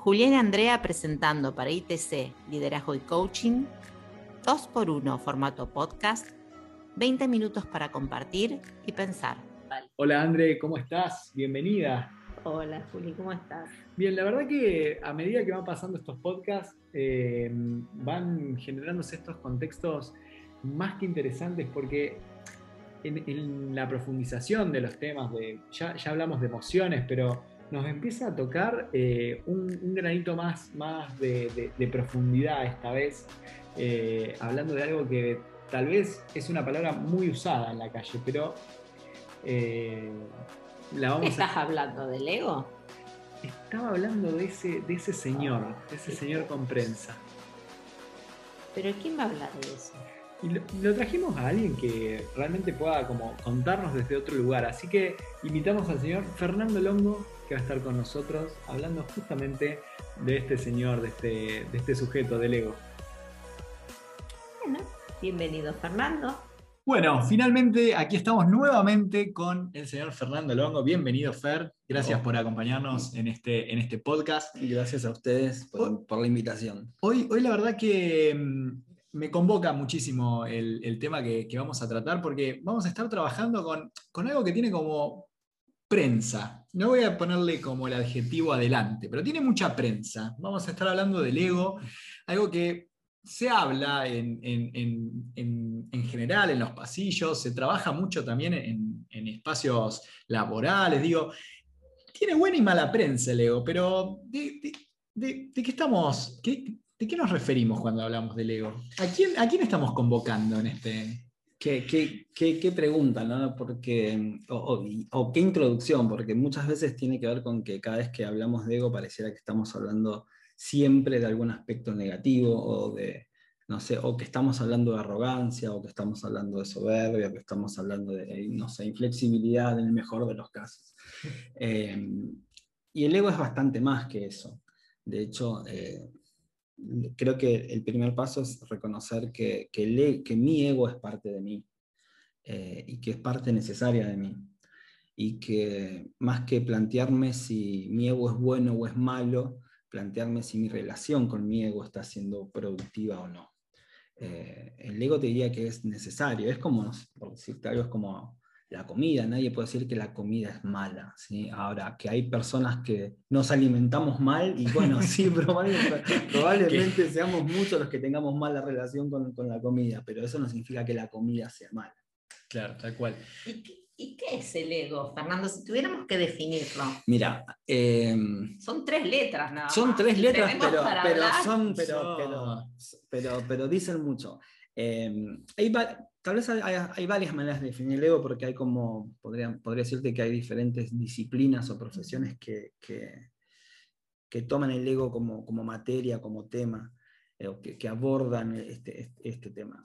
Julián y Andrea presentando para ITC Liderazgo y Coaching, 2x1 formato podcast, 20 minutos para compartir y pensar. Hola André, ¿cómo estás? Bienvenida. Hola Juli, ¿cómo estás? Bien, la verdad que a medida que van pasando estos podcasts, van generándose estos contextos más que interesantes porque en la profundización de los temas, ya hablamos de emociones, pero nos empieza a tocar un granito más de profundidad esta vez, hablando de algo que tal vez es una palabra muy usada en la calle, pero la vamos ¿Estás hablando del ego? Estaba hablando de ese señor con prensa. ¿Pero quién va a hablar de eso? Y lo trajimos a alguien que realmente pueda como contarnos desde otro lugar. Así que invitamos al señor Fernando Longo, que va a estar con nosotros hablando justamente de este señor, de este sujeto del ego. Bueno, bienvenido Fernando. Bueno, finalmente aquí estamos nuevamente con el señor Fernando Longo. Bienvenido, Fer. Gracias por acompañarnos en este podcast. Gracias a ustedes por la invitación. Hoy la verdad que me convoca muchísimo el tema que vamos a tratar, porque vamos a estar trabajando con algo que tiene como prensa. No voy a ponerle como el adjetivo adelante, pero tiene mucha prensa. Vamos a estar hablando del ego, algo que se habla en general en los pasillos, se trabaja mucho también en espacios laborales. Digo, tiene buena y mala prensa el ego, pero ¿de qué estamos? ¿De qué nos referimos cuando hablamos del ego? ¿A quién estamos convocando en este? ¿Qué pregunta, ¿no? Porque, o qué introducción, porque muchas veces tiene que ver con que cada vez que hablamos de ego pareciera que estamos hablando siempre de algún aspecto negativo o no sé, o que estamos hablando de arrogancia, o que estamos hablando de soberbia, o que estamos hablando de, no sé, inflexibilidad en el mejor de los casos. Y el ego es bastante más que eso. De hecho, creo que el primer paso es reconocer que mi ego es parte de mí, y que es parte necesaria de mí. Y que más que plantearme si mi ego es bueno o es malo, plantearme si mi relación con mi ego está siendo productiva o no. El ego te diría que es necesario. Es como, por decirte algo, es como la comida. Nadie puede decir que la comida es mala, ¿sí? Ahora, que hay personas que nos alimentamos mal, y bueno, sí, probablemente seamos muchos los que tengamos mala relación con la comida, pero eso no significa que la comida sea mala. Claro, tal cual. ¿Y qué es el ego, Fernando? Si tuviéramos que definirlo. Mira, son 3 letras, nada más. Son 3 letras, pero dicen mucho. Tal vez hay varias maneras de definir el ego, porque hay como, podría decirte que hay diferentes disciplinas o profesiones que toman el ego como materia, como tema, o que abordan este tema.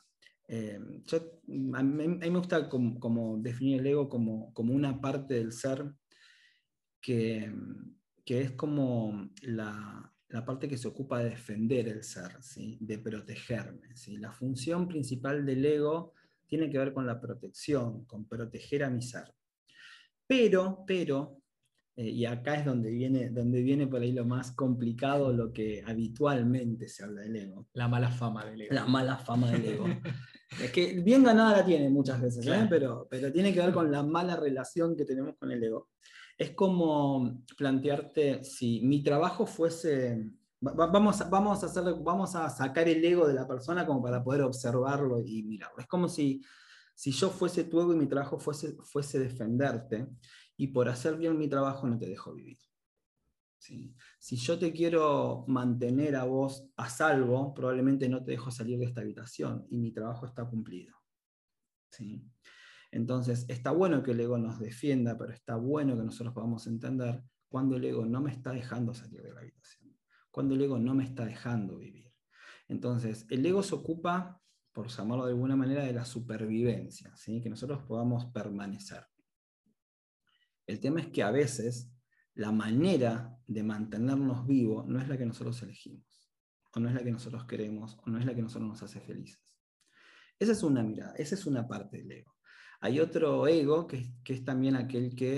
A mí me gusta como definir el ego como una parte del ser que es como la parte que se ocupa de defender el ser, ¿sí? De protegerme, ¿sí? La función principal del ego tiene que ver con la protección, con proteger a mi ser. Pero, y acá es donde viene por ahí lo más complicado, lo que habitualmente se habla del ego. La mala fama del ego. La mala fama del ego. Es que bien ganada la tiene muchas veces, claro. pero tiene que ver con la mala relación que tenemos con el ego. Es como plantearte, si mi trabajo fuese... Vamos a sacar el ego de la persona como para poder observarlo y mirarlo. Es como si yo fuese tu ego y mi trabajo fuese defenderte, y por hacer bien mi trabajo no te dejo vivir. ¿Sí? Si yo te quiero mantener a vos a salvo, probablemente no te dejo salir de esta habitación y mi trabajo está cumplido. ¿Sí? Entonces, está bueno que el ego nos defienda, pero está bueno que nosotros podamos entender cuando el ego no me está dejando salir de la habitación, cuando el ego no me está dejando vivir. Entonces, el ego se ocupa, por llamarlo de alguna manera, de la supervivencia, ¿sí? Que nosotros podamos permanecer. El tema es que a veces la manera de mantenernos vivos no es la que nosotros elegimos, o no es la que nosotros queremos, o no es la que a nosotros nos hace felices. Esa es una mirada, esa es una parte del ego. Hay otro ego que es también aquel que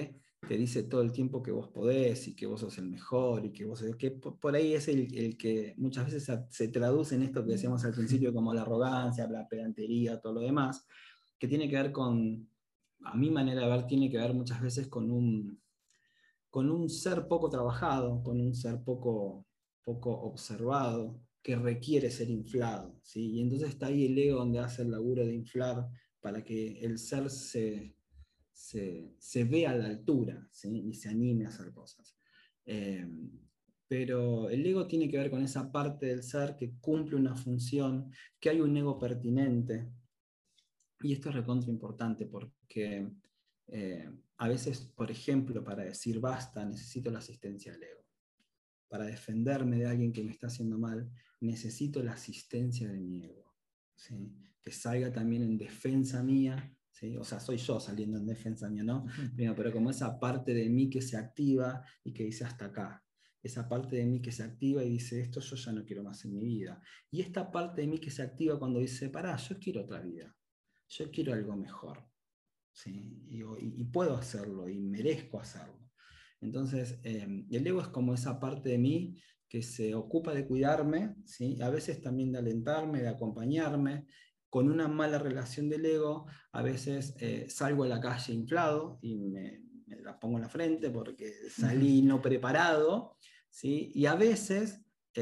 te dice todo el tiempo que vos podés y que vos sos el mejor y que vos que por ahí es el que muchas veces se traduce en esto que decíamos al principio como la arrogancia, la pedantería, todo lo demás, que tiene que ver con, a mi manera de ver, tiene que ver muchas veces con un ser poco trabajado, con un ser poco observado, que requiere ser inflado, ¿sí? Y entonces está ahí el ego donde hace el laburo de inflar para que el ser se vea a la altura, ¿sí? Y se anime a hacer cosas. Eh, pero el ego tiene que ver con esa parte del ser que cumple una función, que hay un ego pertinente. Y esto es recontra importante porque a veces, por ejemplo, para decir basta, necesito la asistencia del ego. Para defenderme de alguien que me está haciendo mal, necesito la asistencia de mi ego. ¿Sí? Que salga también en defensa mía. ¿Sí? O sea, soy yo saliendo en defensa mía, ¿no? Pero como esa parte de mí que se activa y que dice hasta acá. Esa parte de mí que se activa y dice, esto yo ya no quiero más en mi vida. Y esta parte de mí que se activa cuando dice, pará, yo quiero otra vida. Yo quiero algo mejor. ¿Sí? Y puedo hacerlo y merezco hacerlo. Entonces, el ego es como esa parte de mí que se ocupa de cuidarme, ¿sí? A veces también de alentarme, de acompañarme. Con una mala relación del ego, a veces salgo a la calle inflado y me la pongo en la frente porque salí no preparado, ¿sí? Y a veces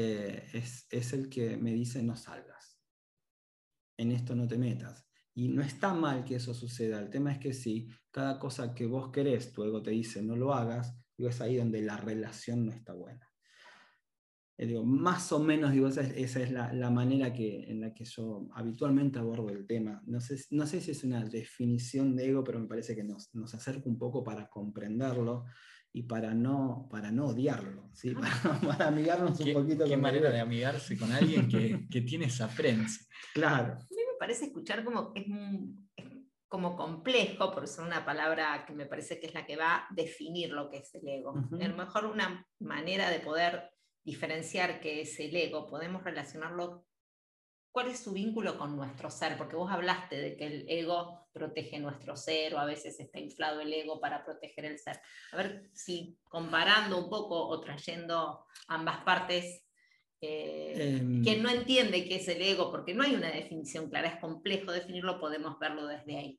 es el que me dice no salgas, en esto no te metas. Y no está mal que eso suceda. El tema es que si cada cosa que vos querés, tu ego te dice no lo hagas, digo, es ahí donde la relación no está buena. Digo, más o menos digo, esa es la manera en la que yo habitualmente abordo el tema. No sé si es una definición de ego, pero me parece que nos acerca un poco para comprenderlo y para no odiarlo, ¿sí? Para amigarnos un poquito. Qué manera de amigarse con alguien que tiene esa prensa. Claro. A mí me parece escuchar como que es como complejo, por eso es una palabra que me parece que es la que va a definir lo que es el ego. A lo mejor una manera de poder diferenciar qué es el ego, podemos relacionarlo, cuál es su vínculo con nuestro ser, porque vos hablaste de que el ego protege nuestro ser, o a veces está inflado el ego para proteger el ser. A ver si comparando un poco o trayendo ambas partes, quien no entiende qué es el ego, porque no hay una definición clara, es complejo definirlo, podemos verlo desde ahí.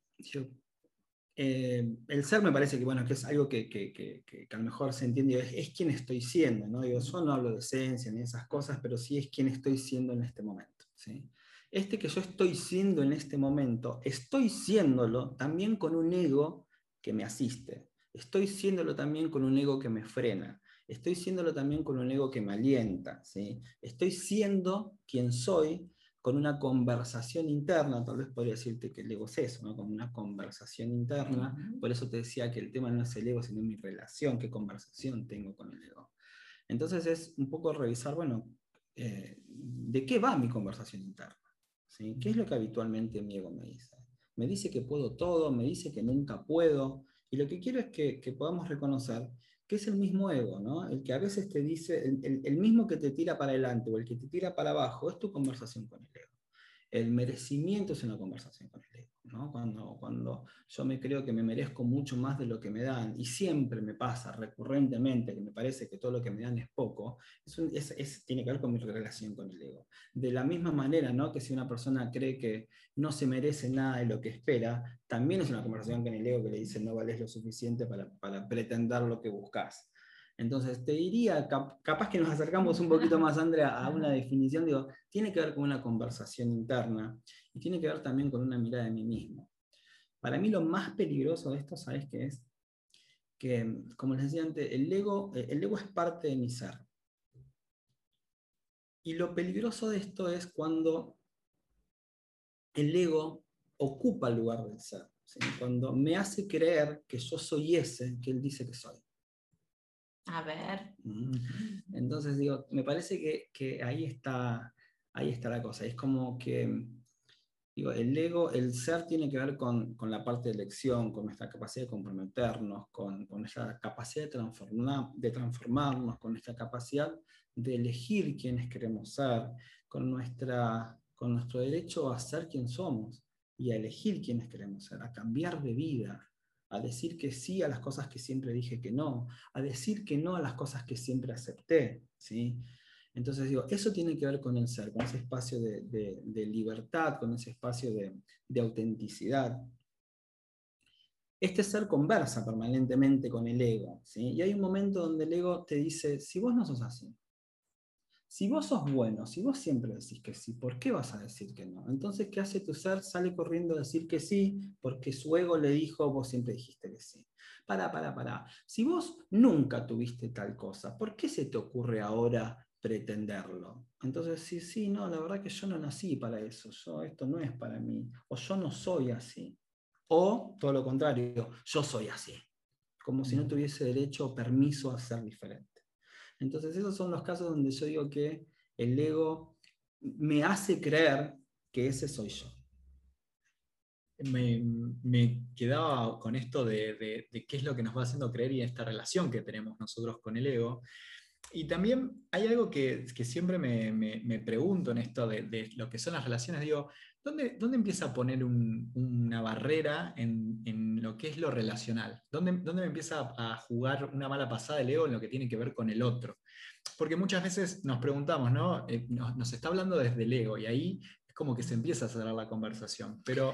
El ser me parece que, bueno, que es algo que a lo mejor se entiende, es quien estoy siendo, ¿no? Digo, yo no hablo de esencia ni de esas cosas, pero sí es quien estoy siendo en este momento, ¿sí? Que yo estoy siendo en este momento, estoy siéndolo también con un ego que me asiste, estoy siéndolo también con un ego que me frena, estoy siéndolo también con un ego que me alienta, ¿sí? Estoy siendo quien soy con una conversación interna, tal vez podría decirte que el ego es eso, ¿no? Como una conversación interna. Por eso te decía que el tema no es el ego, sino mi relación, qué conversación tengo con el ego. Entonces es un poco revisar, bueno, ¿de qué va mi conversación interna? ¿Sí? ¿Qué es lo que habitualmente mi ego me dice? Me dice que puedo todo, me dice que nunca puedo, y lo que quiero es que podamos reconocer que es el mismo ego, ¿no? El que a veces te dice, el mismo que te tira para adelante o el que te tira para abajo, es tu conversación con el ego. El merecimiento es una conversación con el ego, ¿no? Cuando yo me creo que me merezco mucho más de lo que me dan, y siempre me pasa recurrentemente que me parece que todo lo que me dan es poco, tiene que ver con mi relación con el ego. De la misma manera, ¿no? Que si una persona cree que no se merece nada de lo que espera, también es una conversación con el ego que le dice no vales lo suficiente para pretender lo que buscas. Entonces, te diría, capaz que nos acercamos un poquito más, Andrea, a una definición, digo, tiene que ver con una conversación interna y tiene que ver también con una mirada de mí mismo. Para mí lo más peligroso de esto, ¿sabes qué es? Que, como les decía antes, el ego es parte de mi ser. Y lo peligroso de esto es cuando el ego ocupa el lugar del ser, ¿sí? Cuando me hace creer que yo soy ese que él dice que soy. A ver. Entonces digo, me parece que ahí está la cosa. Es como que digo, el ego, el ser tiene que ver con la parte de elección, con nuestra capacidad de comprometernos, con nuestra capacidad de transformarnos, con nuestra capacidad de elegir quiénes queremos ser, con nuestro derecho a ser quien somos y a elegir quiénes queremos ser, a cambiar de vida. a decir que sí a las cosas que siempre dije que no, a decir que no a las cosas que siempre acepté, ¿sí? Entonces digo, eso tiene que ver con el ser, con ese espacio de libertad, con ese espacio de autenticidad. Este ser conversa permanentemente con el ego, ¿sí? Y hay un momento donde el ego te dice, si vos no sos así, si vos sos bueno, si vos siempre decís que sí, ¿por qué vas a decir que no? Entonces, ¿qué hace tu ser? Sale corriendo a decir que sí, porque su ego le dijo, vos siempre dijiste que sí. Pará. Si vos nunca tuviste tal cosa, ¿por qué se te ocurre ahora pretenderlo? Entonces, sí, no, la verdad que yo no nací para eso, esto no es para mí, o yo no soy así. O, todo lo contrario, yo soy así, como si no tuviese derecho o permiso a ser diferente. Entonces esos son los casos donde yo digo que el ego me hace creer que ese soy yo. Me quedaba con esto de qué es lo que nos va haciendo creer y esta relación que tenemos nosotros con el ego. Y también hay algo que siempre me pregunto en esto de lo que son las relaciones. Digo, ¿dónde empieza a poner una barrera en lo que es lo relacional? ¿Dónde me empieza a jugar una mala pasada el ego en lo que tiene que ver con el otro? Porque muchas veces nos preguntamos, ¿no? Nos está hablando desde el ego y ahí es como que se empieza a cerrar la conversación. Pero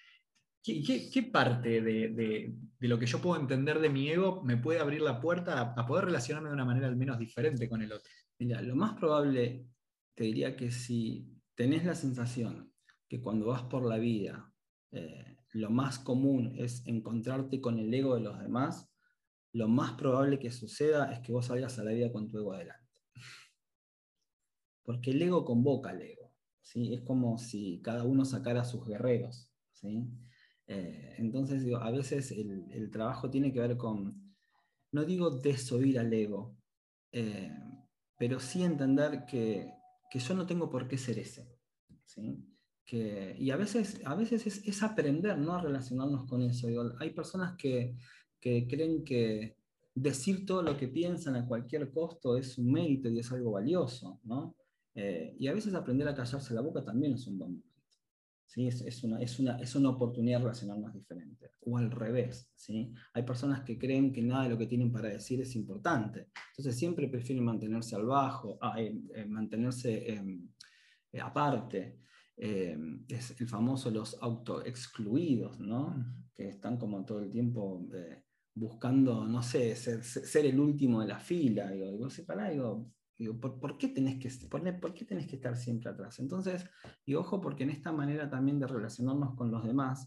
¿qué parte de lo que yo puedo entender de mi ego me puede abrir la puerta a poder relacionarme de una manera al menos diferente con el otro? Mira, lo más probable, te diría que si tenés la sensación que cuando vas por la vida, lo más común es encontrarte con el ego de los demás, lo más probable que suceda es que vos salgas a la vida con tu ego adelante. Porque el ego convoca al ego, ¿sí? Es como si cada uno sacara a sus guerreros, ¿sí? Entonces, digo, a veces el trabajo tiene que ver con, no digo desoír al ego, eh, pero sí entender que yo no tengo por qué ser ese, ¿sí? Y a veces es aprender, ¿no? A relacionarnos con eso. Digo, hay personas que creen que decir todo lo que piensan a cualquier costo es un mérito y es algo valioso, ¿no? Y a veces aprender a callarse la boca también es un buen momento. ¿Sí? Es una oportunidad de relacionarnos diferente. O al revés. ¿Sí? Hay personas que creen que nada de lo que tienen para decir es importante. Entonces siempre prefieren mantenerse al bajo, mantenerse aparte. Es el famoso los autoexcluidos, ¿no? Que están como todo el tiempo buscando, no sé, ser el último de la fila. Digo, pará, ¿por qué tenés que estar siempre atrás? Entonces, y ojo, porque en esta manera también de relacionarnos con los demás,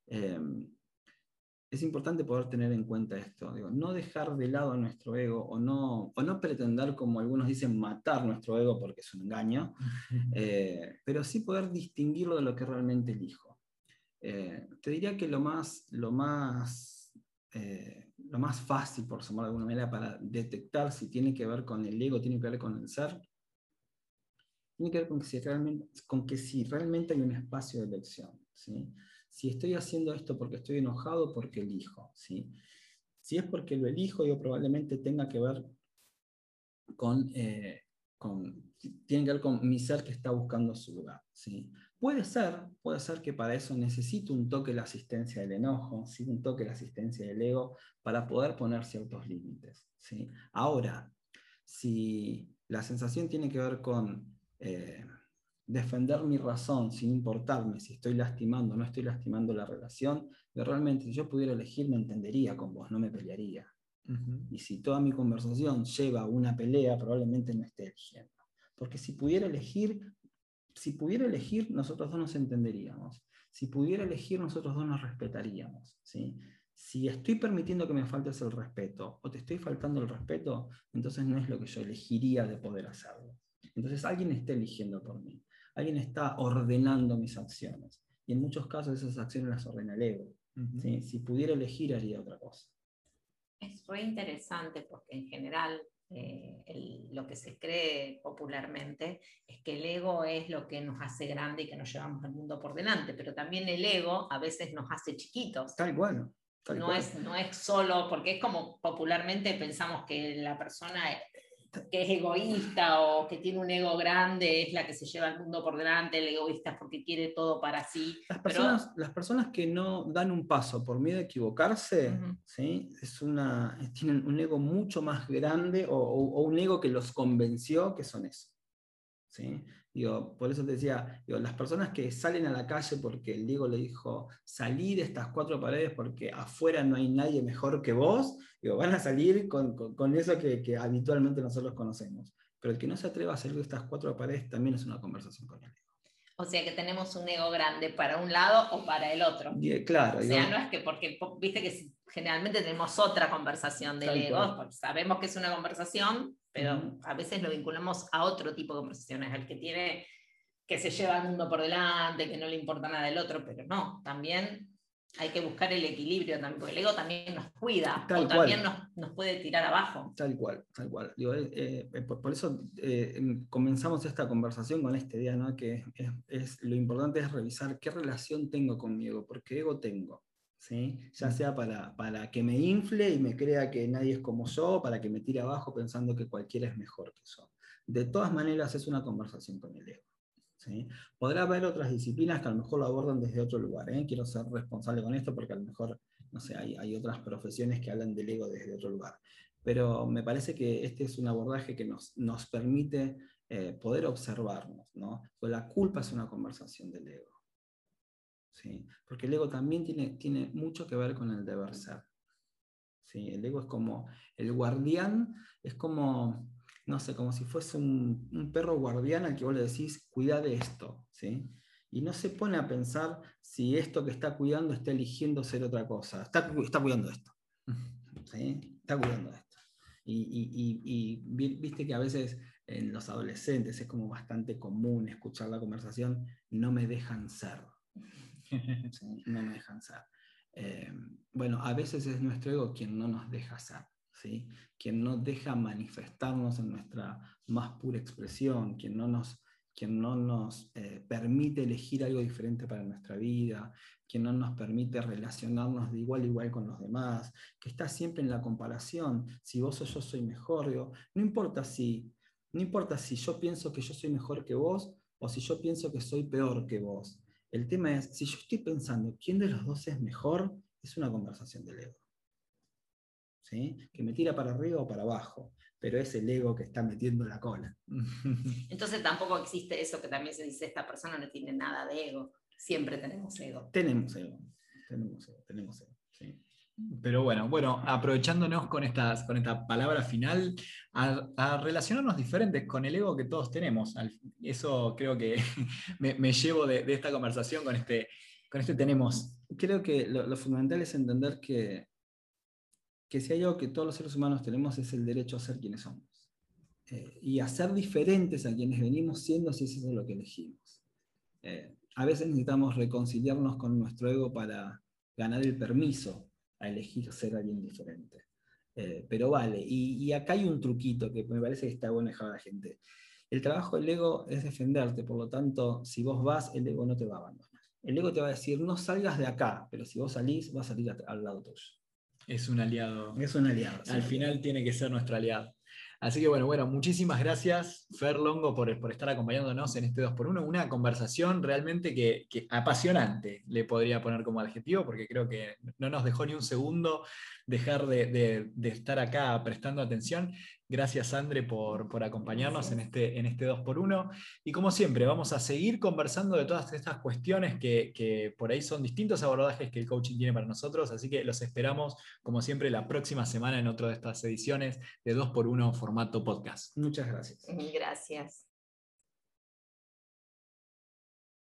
es importante poder tener en cuenta esto. Digo, no dejar de lado nuestro ego o no pretender, como algunos dicen, matar nuestro ego porque es un engaño, pero sí poder distinguirlo de lo que realmente elijo. Te diría que lo más fácil, por llamarlo de alguna manera, para detectar si tiene que ver con el ego, tiene que ver con el ser, tiene que ver con que si realmente hay un espacio de elección, ¿sí? Si estoy haciendo esto porque estoy enojado, porque elijo, ¿sí? Si es porque lo elijo, yo probablemente tenga que ver tiene que ver con mi ser que está buscando su lugar, ¿sí? Puede ser que para eso necesito un toque de la asistencia del enojo, ¿sí? Un toque de la asistencia del ego para poder poner ciertos límites, ¿sí? Ahora, si la sensación tiene que ver con defender mi razón sin importarme si estoy lastimando o no estoy lastimando la relación, pero realmente si yo pudiera elegir me entendería con vos, no me pelearía. Y si toda mi conversación lleva a una pelea, probablemente no esté eligiendo. Porque si pudiera elegir, nosotros dos nos entenderíamos. Si pudiera elegir, nosotros dos nos respetaríamos, ¿sí? Si estoy permitiendo que me faltes el respeto o te estoy faltando el respeto, entonces no es lo que yo elegiría de poder hacerlo. Entonces alguien está eligiendo por mí. Alguien está ordenando mis acciones. Y en muchos casos esas acciones las ordena el ego. ¿Sí? Si pudiera elegir, haría otra cosa. Es re interesante porque en general lo que se cree popularmente es que el ego es lo que nos hace grande y que nos llevamos al mundo por delante, pero también el ego a veces nos hace chiquitos. Tal cual. No es solo, porque es como popularmente pensamos que la persona que es egoísta o que tiene un ego grande es la que se lleva el mundo por delante, el egoísta es porque quiere todo para sí. Las personas que no dan un paso por miedo a equivocarse, ¿sí? Tienen un ego mucho más grande o un ego que los convenció que son eso. ¿Sí? Por eso te decía, las personas que salen a la calle porque el Diego le dijo, salí de estas 4 paredes porque afuera no hay nadie mejor que vos, van a salir con eso que habitualmente nosotros conocemos. Pero el que no se atreva a salir de estas 4 paredes también es una conversación con él. O sea que tenemos un ego grande para un lado o para el otro. Claro. O sea, no es que porque, viste que generalmente tenemos otra conversación del ego, pues sabemos que es una conversación, pero a veces lo vinculamos a otro tipo de conversaciones, al que se lleva el mundo por delante, que no le importa nada del otro, pero no, también hay que buscar el equilibrio, porque el ego también nos cuida, o también nos puede tirar abajo. Tal cual. Por eso comenzamos esta conversación con esta idea, ¿no? Que lo importante es revisar qué relación tengo con mi ego, porque ego tengo, ¿sí? Ya sea para que me infle y me crea que nadie es como yo, para que me tire abajo pensando que cualquiera es mejor que yo. De todas maneras es una conversación con el ego. ¿Sí? Podrá haber otras disciplinas que a lo mejor lo abordan desde otro lugar. Quiero ser responsable con esto porque a lo mejor, no sé, hay otras profesiones que hablan del ego desde otro lugar. Pero me parece que este es un abordaje que nos permite poder observarnos, ¿no? Pues la culpa es una conversación del ego. ¿Sí? Porque el ego también tiene mucho que ver con el deber ser. ¿Sí? El ego es como el guardián, es como, no sé, como si fuese un perro guardián al que vos le decís, cuida de esto, ¿sí? Y no se pone a pensar si esto que está cuidando está eligiendo ser otra cosa. Está cuidando esto, ¿sí? Está cuidando esto. Y viste que a veces en los adolescentes es como bastante común escuchar la conversación, no me dejan ser. ¿Sí? No me dejan ser. Bueno, a veces es nuestro ego quien no nos deja ser, ¿sí? Quien no deja manifestarnos en nuestra más pura expresión, quien no nos permite elegir algo diferente para nuestra vida, quien no nos permite relacionarnos de igual a igual con los demás, que está siempre en la comparación, si vos o yo soy mejor, no importa si yo pienso que yo soy mejor que vos o si yo pienso que soy peor que vos. El tema es, si yo estoy pensando quién de los dos es mejor, es una conversación del ego. ¿Sí? Que me tira para arriba o para abajo, pero es el ego que está metiendo la cola. Entonces tampoco existe eso que también se dice, esta persona no tiene nada de ego. Siempre tenemos ego. Tenemos ego. Sí. Pero bueno, aprovechándonos con esta palabra final, a relacionarnos diferentes con el ego que todos tenemos. Eso creo que me llevo de esta conversación con este tenemos. Creo que lo fundamental es entender que si hay algo que todos los seres humanos tenemos es el derecho a ser quienes somos. Y a ser diferentes a quienes venimos siendo si eso es lo que elegimos. A veces necesitamos reconciliarnos con nuestro ego para ganar el permiso a elegir ser alguien diferente. Pero vale, y acá hay un truquito que me parece que está bueno dejar a la gente. El trabajo del ego es defenderte, por lo tanto, si vos vas, el ego no te va a abandonar. El ego te va a decir, no salgas de acá, pero si vos salís, va a salir al lado tuyo. Es un aliado. Es un aliado. Al final tiene que ser nuestro aliado. Así que bueno, muchísimas gracias, Fer Longo, por estar acompañándonos en este 2x1. Una conversación realmente que apasionante, le podría poner como adjetivo, porque creo que no nos dejó ni un segundo dejar de estar acá prestando atención. Gracias, Andre, por acompañarnos en este 2x1. Y como siempre, vamos a seguir conversando de todas estas cuestiones que por ahí son distintos abordajes que el coaching tiene para nosotros. Así que los esperamos, como siempre, la próxima semana en otra de estas ediciones de 2x1 formato podcast. Muchas gracias. Gracias.